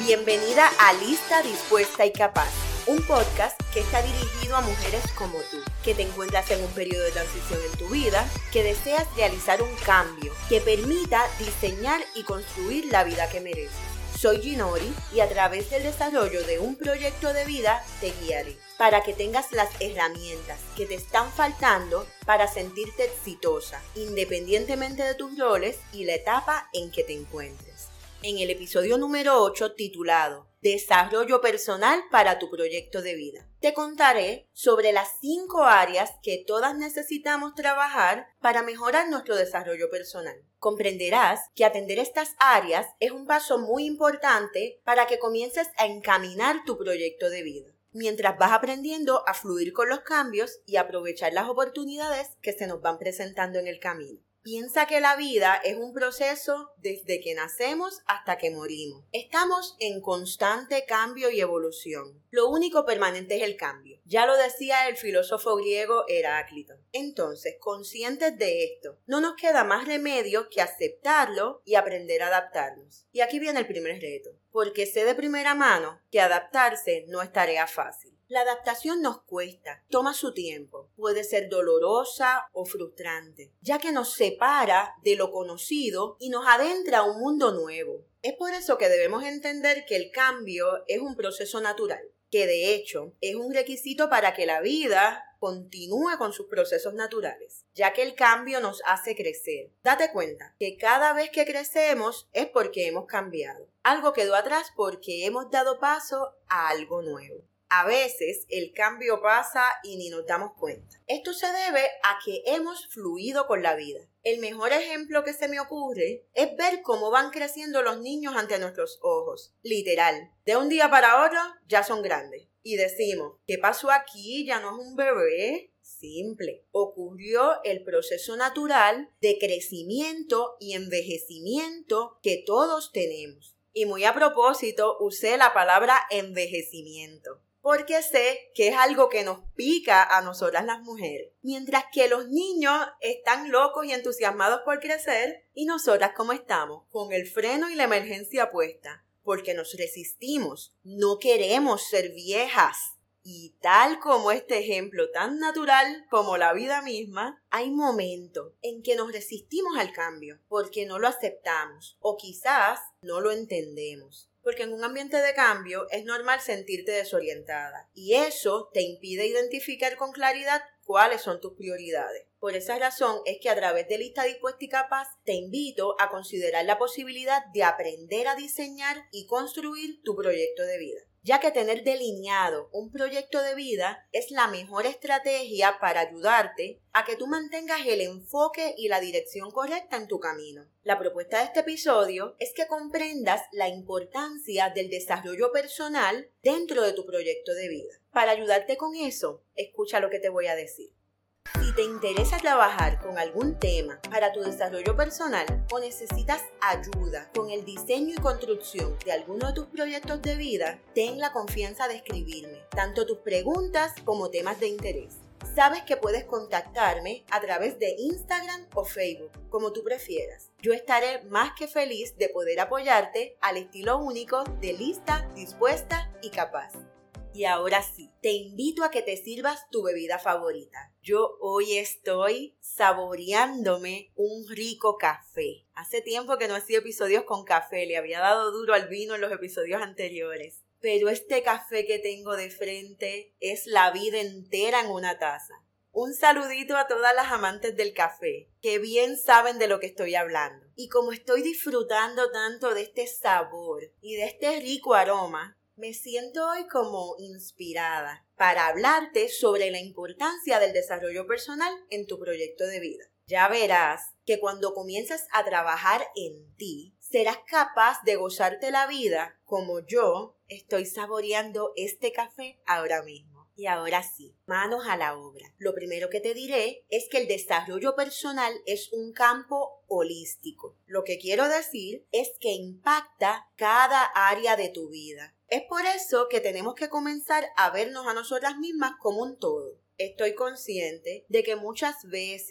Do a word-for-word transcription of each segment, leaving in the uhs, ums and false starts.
Bienvenida a Lista, Dispuesta y Capaz, un podcast que está dirigido a mujeres como tú, que te encuentras en un periodo de transición en tu vida, que deseas realizar un cambio que permita diseñar y construir la vida que mereces. Soy Ginori y a través del desarrollo de un proyecto de vida te guiaré para que tengas las herramientas que te están faltando para sentirte exitosa, independientemente de tus roles y la etapa en que te encuentres. En el episodio número ocho, titulado Desarrollo Personal para tu Proyecto de Vida, te contaré sobre las cinco áreas que todas necesitamos trabajar para mejorar nuestro desarrollo personal. Comprenderás que atender estas áreas es un paso muy importante para que comiences a encaminar tu proyecto de vida, mientras vas aprendiendo a fluir con los cambios y aprovechar las oportunidades que se nos van presentando en el camino. Piensa que la vida es un proceso desde que nacemos hasta que morimos. Estamos en constante cambio y evolución. Lo único permanente es el cambio. Ya lo decía el filósofo griego Heráclito. Entonces, conscientes de esto, no nos queda más remedio que aceptarlo y aprender a adaptarnos. Y aquí viene el primer reto, porque sé de primera mano que adaptarse no es tarea fácil. La adaptación nos cuesta, toma su tiempo, puede ser dolorosa o frustrante, ya que nos separa de lo conocido y nos adentra a un mundo nuevo. Es por eso que debemos entender que el cambio es un proceso natural, que de hecho es un requisito para que la vida continúe con sus procesos naturales, ya que el cambio nos hace crecer. Date cuenta que cada vez que crecemos es porque hemos cambiado. Algo quedó atrás porque hemos dado paso a algo nuevo. A veces el cambio pasa y ni nos damos cuenta. Esto se debe a que hemos fluido con la vida. El mejor ejemplo que se me ocurre es ver cómo van creciendo los niños ante nuestros ojos. Literal, de un día para otro ya son grandes. Y decimos, ¿qué pasó aquí? ¿Ya no es un bebé? Simple. Ocurrió el proceso natural de crecimiento y envejecimiento que todos tenemos. Y muy a propósito, usé la palabra envejecimiento, porque sé que es algo que nos pica a nosotras las mujeres. Mientras que los niños están locos y entusiasmados por crecer, y nosotras ¿cómo estamos? Con el freno y la emergencia puesta, porque nos resistimos, no queremos ser viejas. Y tal como este ejemplo tan natural como la vida misma, hay momentos en que nos resistimos al cambio, porque no lo aceptamos, o quizás no lo entendemos. Porque en un ambiente de cambio es normal sentirte desorientada y eso te impide identificar con claridad cuáles son tus prioridades. Por esa razón es que a través de Lista, Dispuesta y Capaz te invito a considerar la posibilidad de aprender a diseñar y construir tu proyecto de vida, ya que tener delineado un proyecto de vida es la mejor estrategia para ayudarte a que tú mantengas el enfoque y la dirección correcta en tu camino. La propuesta de este episodio es que comprendas la importancia del desarrollo personal dentro de tu proyecto de vida. Para ayudarte con eso, escucha lo que te voy a decir. Si te interesa trabajar con algún tema para tu desarrollo personal o necesitas ayuda con el diseño y construcción de alguno de tus proyectos de vida, ten la confianza de escribirme, tanto tus preguntas como temas de interés. Sabes que puedes contactarme a través de Instagram o Facebook, como tú prefieras. Yo estaré más que feliz de poder apoyarte al estilo único de Lista, Dispuesta y Capaz. Y ahora sí, te invito a que te sirvas tu bebida favorita. Yo hoy estoy saboreándome un rico café. Hace tiempo que no hacía episodios con café, le había dado duro al vino en los episodios anteriores. Pero este café que tengo de frente es la vida entera en una taza. Un saludito a todas las amantes del café, que bien saben de lo que estoy hablando. Y como estoy disfrutando tanto de este sabor y de este rico aroma, me siento hoy como inspirada para hablarte sobre la importancia del desarrollo personal en tu proyecto de vida. Ya verás que cuando comiences a trabajar en ti, serás capaz de gozarte la vida como yo estoy saboreando este café ahora mismo. Y ahora sí, manos a la obra. Lo primero que te diré es que el desarrollo personal es un campo holístico. Lo que quiero decir es que impacta cada área de tu vida. Es por eso que tenemos que comenzar a vernos a nosotras mismas como un todo. Estoy consciente de que muchas veces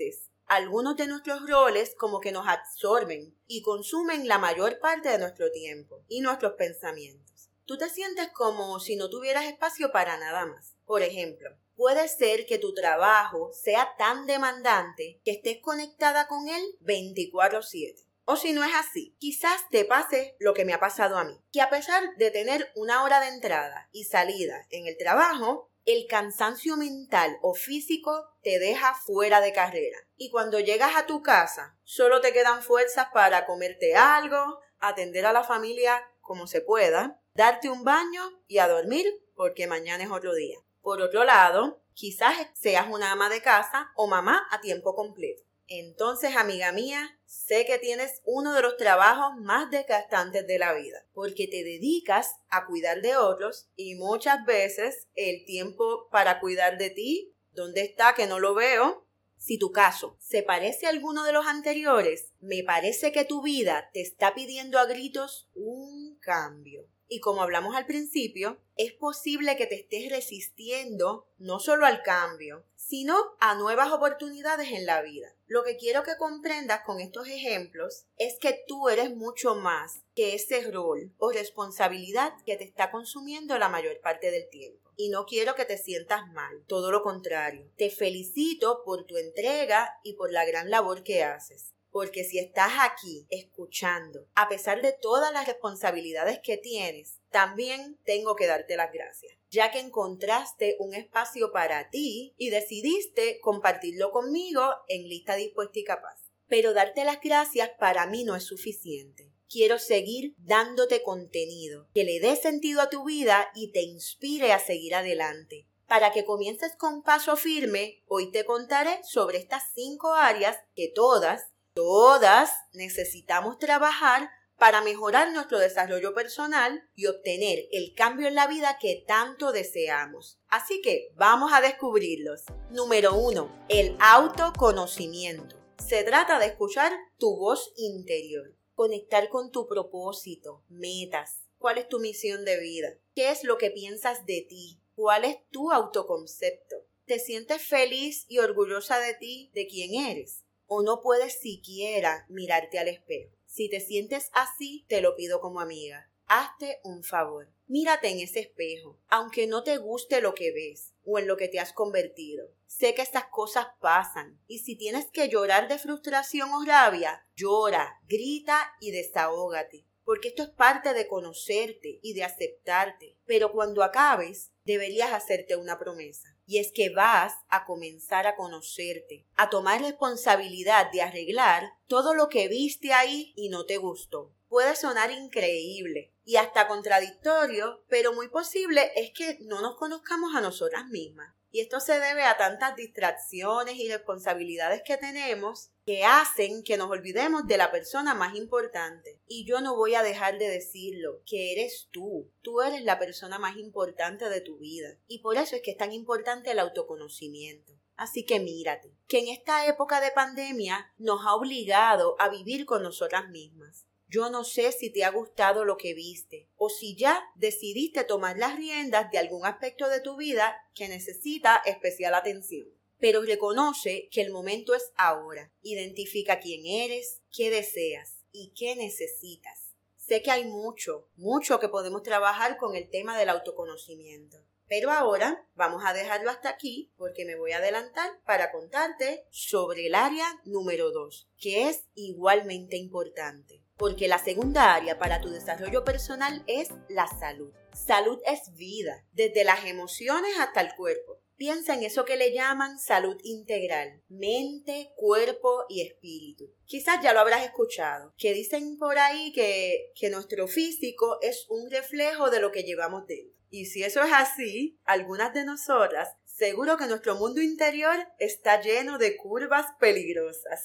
algunos de nuestros roles como que nos absorben y consumen la mayor parte de nuestro tiempo y nuestros pensamientos. Tú te sientes como si no tuvieras espacio para nada más. Por ejemplo, puede ser que tu trabajo sea tan demandante que estés conectada con él veinticuatro siete. O si no es así, quizás te pase lo que me ha pasado a mí, que a pesar de tener una hora de entrada y salida en el trabajo, el cansancio mental o físico te deja fuera de carrera. Y cuando llegas a tu casa, solo te quedan fuerzas para comerte algo, atender a la familia como se pueda, darte un baño y a dormir porque mañana es otro día. Por otro lado, quizás seas una ama de casa o mamá a tiempo completo. Entonces, amiga mía, sé que tienes uno de los trabajos más desgastantes de la vida, porque te dedicas a cuidar de otros y muchas veces el tiempo para cuidar de ti, ¿dónde está que no lo veo? Si tu caso se parece a alguno de los anteriores, me parece que tu vida te está pidiendo a gritos un cambio. Y como hablamos al principio, es posible que te estés resistiendo no solo al cambio, sino a nuevas oportunidades en la vida. Lo que quiero que comprendas con estos ejemplos es que tú eres mucho más que ese rol o responsabilidad que te está consumiendo la mayor parte del tiempo. Y no quiero que te sientas mal, todo lo contrario. Te felicito por tu entrega y por la gran labor que haces. Porque si estás aquí escuchando, a pesar de todas las responsabilidades que tienes, también tengo que darte las gracias, ya que encontraste un espacio para ti y decidiste compartirlo conmigo en Lista Dispuesta y Capaz. Pero darte las gracias para mí no es suficiente. Quiero seguir dándote contenido que le dé sentido a tu vida y te inspire a seguir adelante. Para que comiences con paso firme, hoy te contaré sobre estas cinco áreas que todas Todas necesitamos trabajar para mejorar nuestro desarrollo personal y obtener el cambio en la vida que tanto deseamos. Así que vamos a descubrirlos. Número uno. El autoconocimiento. Se trata de escuchar tu voz interior, conectar con tu propósito, metas, cuál es tu misión de vida, qué es lo que piensas de ti, cuál es tu autoconcepto. ¿Te sientes feliz y orgullosa de ti, de quién eres? ¿O no puedes siquiera mirarte al espejo? Si te sientes así, te lo pido como amiga. Hazte un favor. Mírate en ese espejo, aunque no te guste lo que ves o en lo que te has convertido. Sé que estas cosas pasan y si tienes que llorar de frustración o rabia, llora, grita y desahógate. Porque esto es parte de conocerte y de aceptarte. Pero cuando acabes, deberías hacerte una promesa. Y es que vas a comenzar a conocerte, a tomar responsabilidad de arreglar todo lo que viste ahí y no te gustó. Puede sonar increíble y hasta contradictorio, pero muy posible es que no nos conozcamos a nosotras mismas. Y esto se debe a tantas distracciones y responsabilidades que tenemos que hacen que nos olvidemos de la persona más importante. Y yo no voy a dejar de decirlo, que eres tú. Tú eres la persona más importante de tu vida. Y por eso es que es tan importante el autoconocimiento. Así que mírate, que en esta época de pandemia nos ha obligado a vivir con nosotras mismas. Yo no sé si te ha gustado lo que viste o si ya decidiste tomar las riendas de algún aspecto de tu vida que necesita especial atención. Pero reconoce que el momento es ahora. Identifica quién eres, qué deseas y qué necesitas. Sé que hay mucho, mucho que podemos trabajar con el tema del autoconocimiento. Pero ahora vamos a dejarlo hasta aquí porque me voy a adelantar para contarte sobre el área número dos, que es igualmente importante. Porque la segunda área para tu desarrollo personal es la salud. Salud es vida, desde las emociones hasta el cuerpo. Piensa en eso que le llaman salud integral, mente, cuerpo y espíritu. Quizás ya lo habrás escuchado, que dicen por ahí que, que nuestro físico es un reflejo de lo que llevamos dentro. Y si eso es así, algunas de nosotras, seguro que nuestro mundo interior está lleno de curvas peligrosas.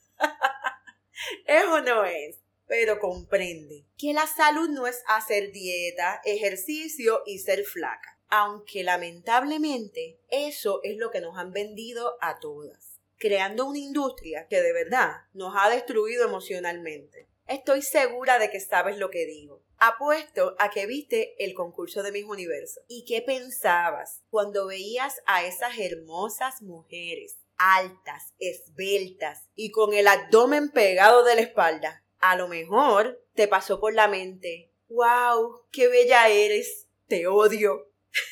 ¿Es o no es? Pero comprende que la salud no es hacer dieta, ejercicio y ser flaca. Aunque lamentablemente eso es lo que nos han vendido a todas, creando una industria que de verdad nos ha destruido emocionalmente. Estoy segura de que sabes lo que digo. Apuesto a que viste el concurso de Miss Universo. ¿Y qué pensabas cuando veías a esas hermosas mujeres altas, esbeltas y con el abdomen pegado de la espalda. A lo mejor te pasó por la mente, ¡wow! ¡Qué bella eres! ¡Te odio!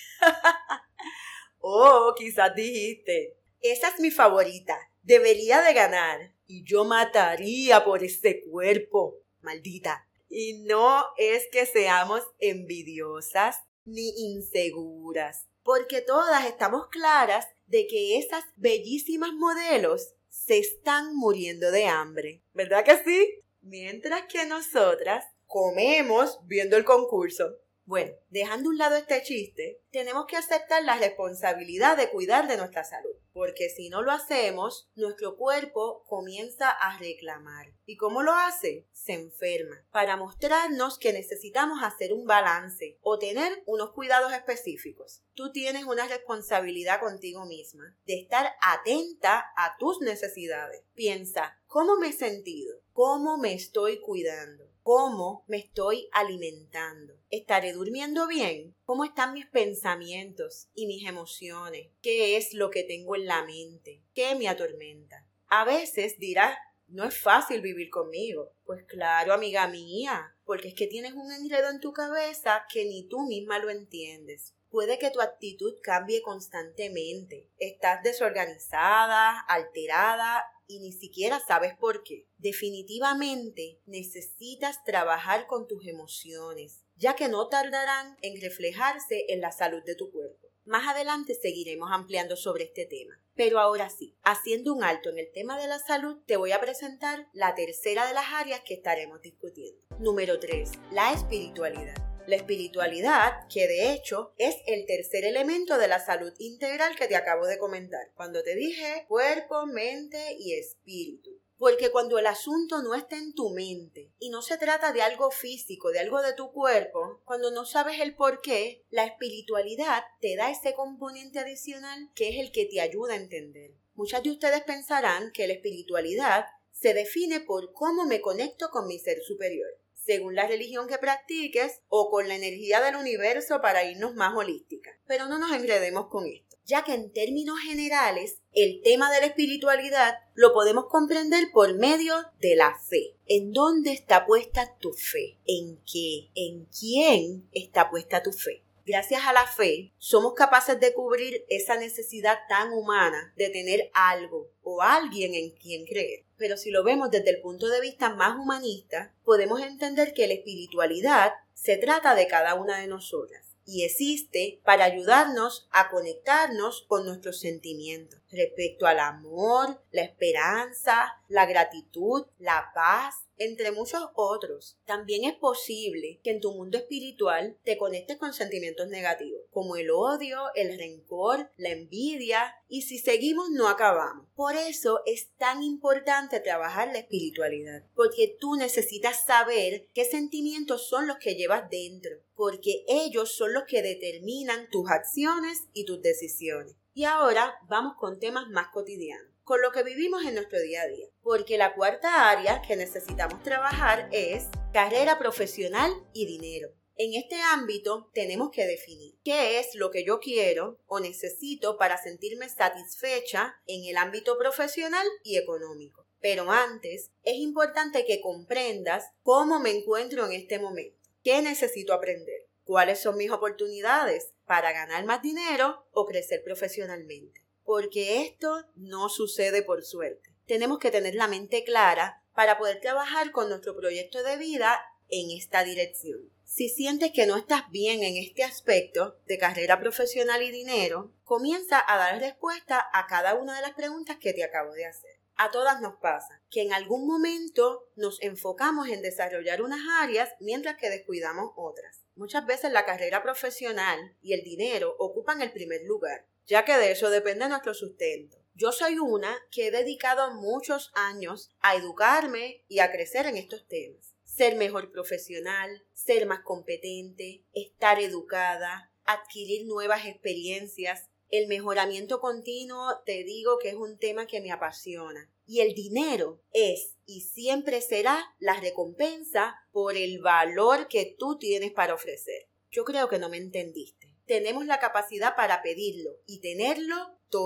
O quizás dijiste, esa es mi favorita, debería de ganar y yo mataría por ese cuerpo, maldita. Y no es que seamos envidiosas ni inseguras, porque todas estamos claras de que esas bellísimas modelos se están muriendo de hambre, ¿verdad que sí? Mientras que nosotras comemos viendo el concurso. Bueno, dejando a un lado este chiste, tenemos que aceptar la responsabilidad de cuidar de nuestra salud, porque si no lo hacemos, nuestro cuerpo comienza a reclamar. ¿Y cómo lo hace? Se enferma, para mostrarnos que necesitamos hacer un balance o tener unos cuidados específicos. Tú tienes una responsabilidad contigo misma de estar atenta a tus necesidades. Piensa, ¿cómo me he sentido? ¿Cómo me estoy cuidando? ¿Cómo me estoy alimentando? ¿Estaré durmiendo bien? ¿Cómo están mis pensamientos y mis emociones? ¿Qué es lo que tengo en la mente? ¿Qué me atormenta? A veces dirás, no es fácil vivir conmigo. Pues claro, amiga mía, porque es que tienes un enredo en tu cabeza que ni tú misma lo entiendes. Puede que tu actitud cambie constantemente. Estás desorganizada, alterada y ni siquiera sabes por qué. Definitivamente necesitas trabajar con tus emociones, ya que no tardarán en reflejarse en la salud de tu cuerpo. Más adelante seguiremos ampliando sobre este tema. Pero ahora sí, haciendo un alto en el tema de la salud, te voy a presentar la tercera de las áreas que estaremos discutiendo. Número tres. La espiritualidad. La espiritualidad, que de hecho es el tercer elemento de la salud integral que te acabo de comentar, cuando te dije cuerpo, mente y espíritu. Porque cuando el asunto no está en tu mente y no se trata de algo físico, de algo de tu cuerpo, cuando no sabes el por qué, la espiritualidad te da ese componente adicional que es el que te ayuda a entender. Muchas de ustedes pensarán que la espiritualidad se define por cómo me conecto con mi ser superior, según la religión que practiques o con la energía del universo para irnos más holística. Pero no nos enredemos con esto, ya que en términos generales, el tema de la espiritualidad lo podemos comprender por medio de la fe. ¿En dónde está puesta tu fe? ¿En qué? ¿En quién está puesta tu fe? Gracias a la fe, somos capaces de cubrir esa necesidad tan humana de tener algo o alguien en quien creer. Pero si lo vemos desde el punto de vista más humanista, podemos entender que la espiritualidad se trata de cada una de nosotras y existe para ayudarnos a conectarnos con nuestros sentimientos respecto al amor, la esperanza, la gratitud, la paz, entre muchos otros. También es posible que en tu mundo espiritual te conectes con sentimientos negativos, como el odio, el rencor, la envidia, y si seguimos no acabamos. Por eso es tan importante trabajar la espiritualidad, porque tú necesitas saber qué sentimientos son los que llevas dentro, porque ellos son los que determinan tus acciones y tus decisiones. Y ahora vamos con temas más cotidianos, con lo que vivimos en nuestro día a día. Porque la cuarta área que necesitamos trabajar es carrera profesional y dinero. En este ámbito tenemos que definir qué es lo que yo quiero o necesito para sentirme satisfecha en el ámbito profesional y económico. Pero antes es importante que comprendas cómo me encuentro en este momento. ¿Qué necesito aprender? ¿Cuáles son mis oportunidades para ganar más dinero o crecer profesionalmente? Porque esto no sucede por suerte. Tenemos que tener la mente clara para poder trabajar con nuestro proyecto de vida en esta dirección. Si sientes que no estás bien en este aspecto de carrera profesional y dinero, comienza a dar respuesta a cada una de las preguntas que te acabo de hacer. A todas nos pasa que en algún momento nos enfocamos en desarrollar unas áreas mientras que descuidamos otras. Muchas veces la carrera profesional y el dinero ocupan el primer lugar, ya que de eso depende nuestro sustento. Yo soy una que he dedicado muchos años a educarme y a crecer en estos temas. Ser mejor profesional, ser más competente, estar educada, adquirir nuevas experiencias. El mejoramiento continuo, te digo que es un tema que me apasiona. Y el dinero es y siempre será la recompensa por el valor que tú tienes para ofrecer. Yo creo que no me entendiste. Tenemos la capacidad para pedirlo y tenerlo todo.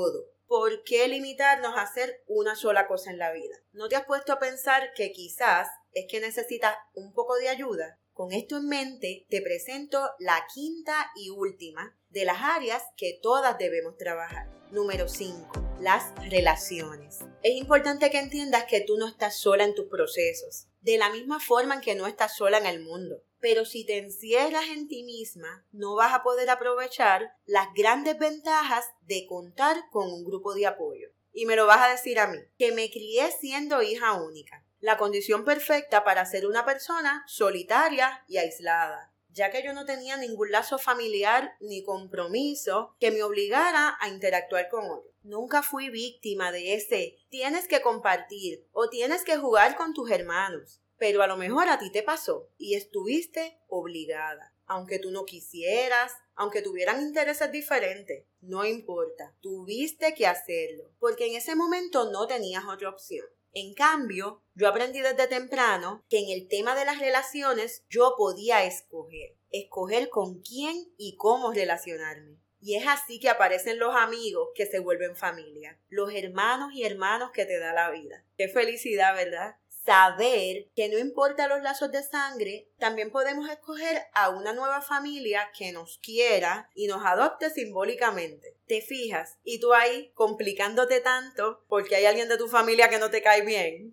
¿por qué limitarnos a hacer una sola cosa en la vida? ¿No te has puesto a pensar que quizás es que necesitas un poco de ayuda? Con esto en mente, te presento la quinta y última de las áreas que todas debemos trabajar. Número cinco. Las relaciones. Es importante que entiendas que tú no estás sola en tus procesos, de la misma forma en que no estás sola en el mundo. Pero si te encierras en ti misma, no vas a poder aprovechar las grandes ventajas de contar con un grupo de apoyo. Y me lo vas a decir a mí, que me crié siendo hija única. La condición perfecta para ser una persona solitaria y aislada, ya que yo no tenía ningún lazo familiar ni compromiso que me obligara a interactuar con otros. Nunca fui víctima de ese tienes que compartir o tienes que jugar con tus hermanos, pero a lo mejor a ti te pasó y estuviste obligada. Aunque tú no quisieras, aunque tuvieran intereses diferentes, no importa, tuviste que hacerlo, porque en ese momento no tenías otra opción. En cambio, yo aprendí desde temprano que en el tema de las relaciones yo podía escoger, escoger con quién y cómo relacionarme. Y es así que aparecen los amigos que se vuelven familia, los hermanos y hermanos que te da la vida. ¡Qué felicidad!, ¿verdad? Saber que no importa los lazos de sangre, también podemos escoger a una nueva familia que nos quiera y nos adopte simbólicamente. ¿Te fijas? Y tú ahí complicándote tanto porque hay alguien de tu familia que no te cae bien.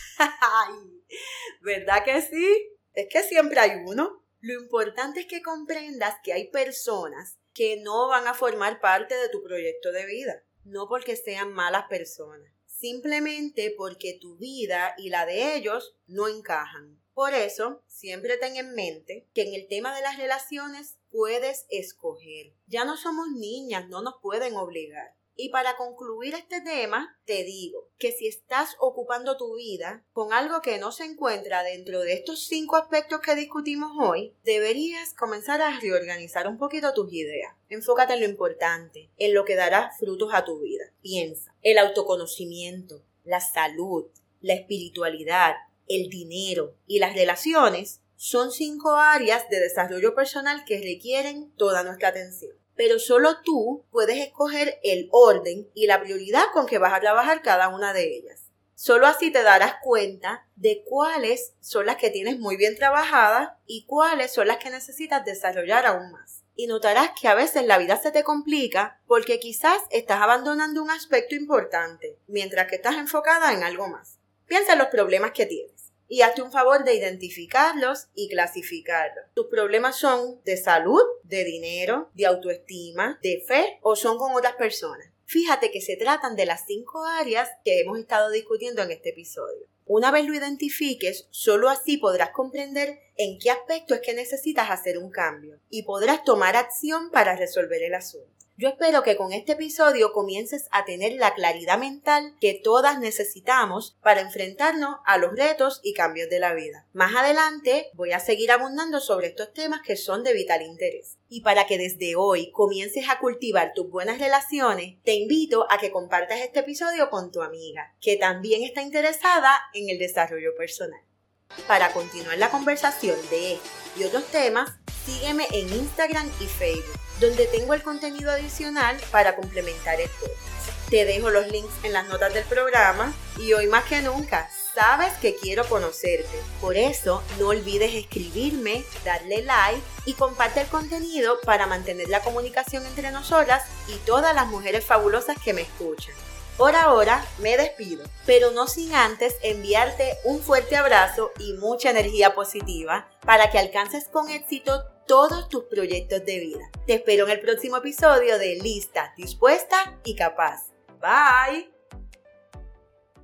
¿Verdad que sí? Es que siempre hay uno. Lo importante es que comprendas que hay personas que no van a formar parte de tu proyecto de vida, no porque sean malas personas, simplemente porque tu vida y la de ellos no encajan. Por eso, siempre ten en mente que en el tema de las relaciones puedes escoger. Ya no somos niñas, no nos pueden obligar. Y para concluir este tema, te digo que si estás ocupando tu vida con algo que no se encuentra dentro de estos cinco aspectos que discutimos hoy, deberías comenzar a reorganizar un poquito tus ideas. Enfócate en lo importante, en lo que dará frutos a tu vida. Piensa, el autoconocimiento, la salud, la espiritualidad, el dinero y las relaciones son cinco áreas de desarrollo personal que requieren toda nuestra atención. Pero solo tú puedes escoger el orden y la prioridad con que vas a trabajar cada una de ellas. Solo así te darás cuenta de cuáles son las que tienes muy bien trabajadas y cuáles son las que necesitas desarrollar aún más. Y notarás que a veces la vida se te complica porque quizás estás abandonando un aspecto importante, mientras que estás enfocada en algo más. Piensa en los problemas que tienes y hazte un favor de identificarlos y clasificarlos. ¿Tus problemas son de salud, de dinero, de autoestima, de fe o son con otras personas? Fíjate que se tratan de las cinco áreas que hemos estado discutiendo en este episodio. Una vez lo identifiques, solo así podrás comprender en qué aspecto es que necesitas hacer un cambio y podrás tomar acción para resolver el asunto. Yo espero que con este episodio comiences a tener la claridad mental que todas necesitamos para enfrentarnos a los retos y cambios de la vida. Más adelante voy a seguir abundando sobre estos temas que son de vital interés. Y para que desde hoy comiences a cultivar tus buenas relaciones, te invito a que compartas este episodio con tu amiga, que también está interesada en el desarrollo personal. Para continuar la conversación de este y otros temas, sígueme en Instagram y Facebook, donde tengo el contenido adicional para complementar el podcast. Te dejo los links en las notas del programa y hoy más que nunca, sabes que quiero conocerte. Por eso, no olvides escribirme, darle like y comparte el contenido para mantener la comunicación entre nosotras y todas las mujeres fabulosas que me escuchan. Por ahora me despido, pero no sin antes enviarte un fuerte abrazo y mucha energía positiva para que alcances con éxito todos tus proyectos de vida. Te espero en el próximo episodio de Lista, Dispuesta y Capaz. Bye.